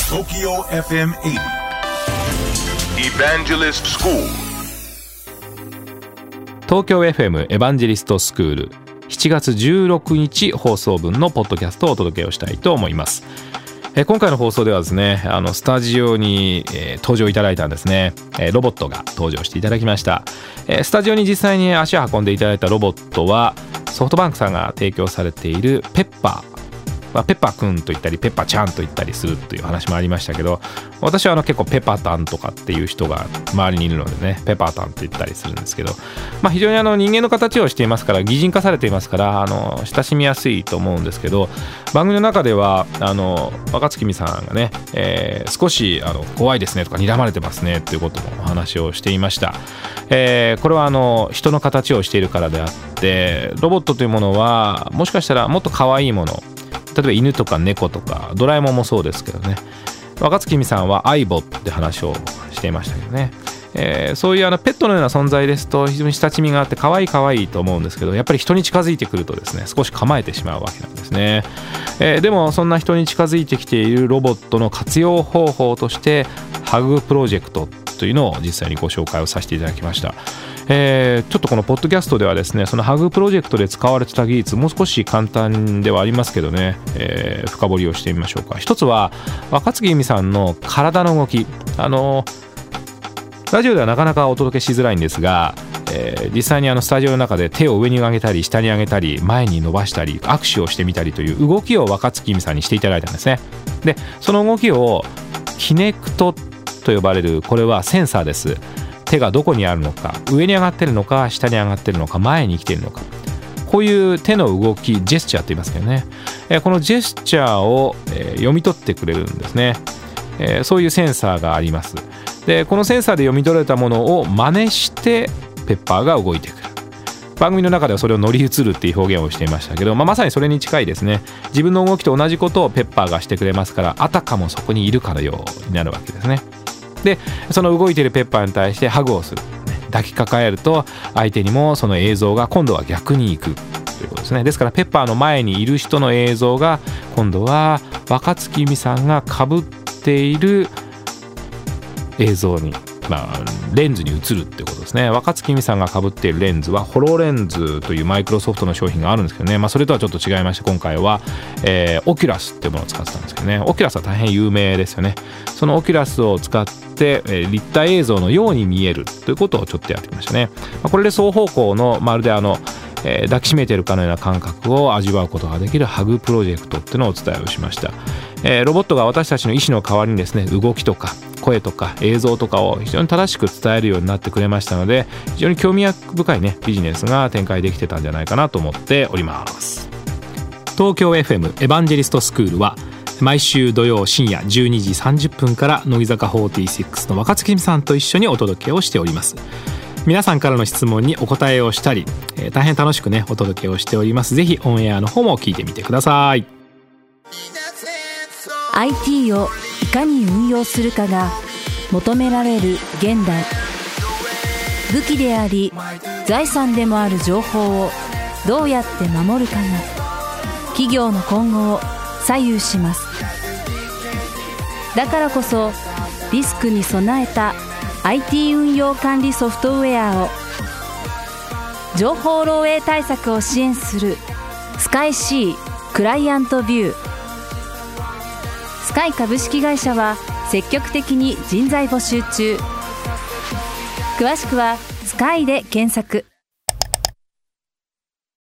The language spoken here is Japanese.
TOKYO FM 80 Evangelist School 東京 FM エヴァンジェリストスクール7月16日放送分のポッドキャストをお届けをしたいと思います。今回の放送ではですね、スタジオに、登場いただいたんですね、ロボットが登場していただきました。スタジオに実際に足を運んでいただいたロボットはソフトバンクさんが提供されているペッパー、ペッパーくんと言ったりペッパーちゃんと言ったりするという話もありましたけど、私は結構ペッパータンとかっていう人が周りにいるのでね、ペッパータンって言ったりするんですけど、非常に人間の形をしていますから、擬人化されていますから親しみやすいと思うんですけど、番組の中では若月美さんがね、少し怖いですねとか睨まれてますねっていうこともお話をしていました。これは人の形をしているからであって、ロボットというものはもしかしたらもっと可愛いもの、例えば犬とか猫とかドラえもんもそうですけどね、若月美さんはアイボって話をしていましたけどね、そういうペットのような存在ですと非常に親しみがあって可愛いと思うんですけど、やっぱり人に近づいてくるとですね、少し構えてしまうわけなんですね。でもそんな人に近づいてきているロボットの活用方法としてハグプロジェクトというのを実際にご紹介をさせていただきました。ちょっとこのポッドキャストではですね、そのハグプロジェクトで使われてた技術、もう少し簡単ではありますけどね、深掘りをしてみましょうか。一つは若月由美さんの体の動き、ラジオではなかなかお届けしづらいんですが、実際にスタジオの中で手を上に上げたり下に上げたり前に伸ばしたり握手をしてみたりという動きを若月由美さんにしていただいたんですね。でその動きをキネクトと呼ばれる、これはセンサーです。手がどこにあるのか、上に上がってるのか下に上がってるのか前に来てるのか、こういう手の動き、ジェスチャーと言いますけどね、このジェスチャーを、読み取ってくれるんですね。そういうセンサーがあります。でこのセンサーで読み取られたものを真似してペッパーが動いてくる。番組の中ではそれを乗り移るっていう表現をしていましたけど、まさにそれに近いですね。自分の動きと同じことをペッパーがしてくれますから、あたかもそこにいるかのようになるわけですね。でその動いているペッパーに対してハグをする、抱きかかえると相手にもその映像が今度は逆に行くということですね。ですからペッパーの前にいる人の映像が今度は若月由美さんが被っている映像に、レンズに映るってことですね。若月由美さんが被っているレンズはホロレンズというマイクロソフトの商品があるんですけどね、それとはちょっと違いまして、今回は、オキュラスっていうものを使ってたんですけどね。オキュラスは大変有名ですよね。そのオキュラスを使って、立体映像のように見えるということをちょっとやってきましたね。これで双方向のまるで抱きしめているかのような感覚を味わうことができるハグプロジェクトっていうのをお伝えをしました。ロボットが私たちの意思の代わりにですね、動きとか声とか映像とかを非常に正しく伝えるようになってくれましたので、非常に興味深いねビジネスが展開できてたんじゃないかなと思っております。東京 FM エヴァンジェリストスクールは毎週土曜深夜12時30分から乃木坂46の若月由美さんと一緒にお届けをしております。皆さんからの質問にお答えをしたり、大変楽しくねお届けをしております。ぜひオンエアの方も聞いてみてください。 IT をいかに運用するかが求められる現代。武器であり財産でもある情報をどうやって守るかが企業の今後を左右します。だからこそリスクに備えた IT 運用管理ソフトウェアを、情報漏洩対策を支援するスカイ C クライアントビュー。スカイ株式会社は積極的に人材募集中。詳しくはスカイで検索。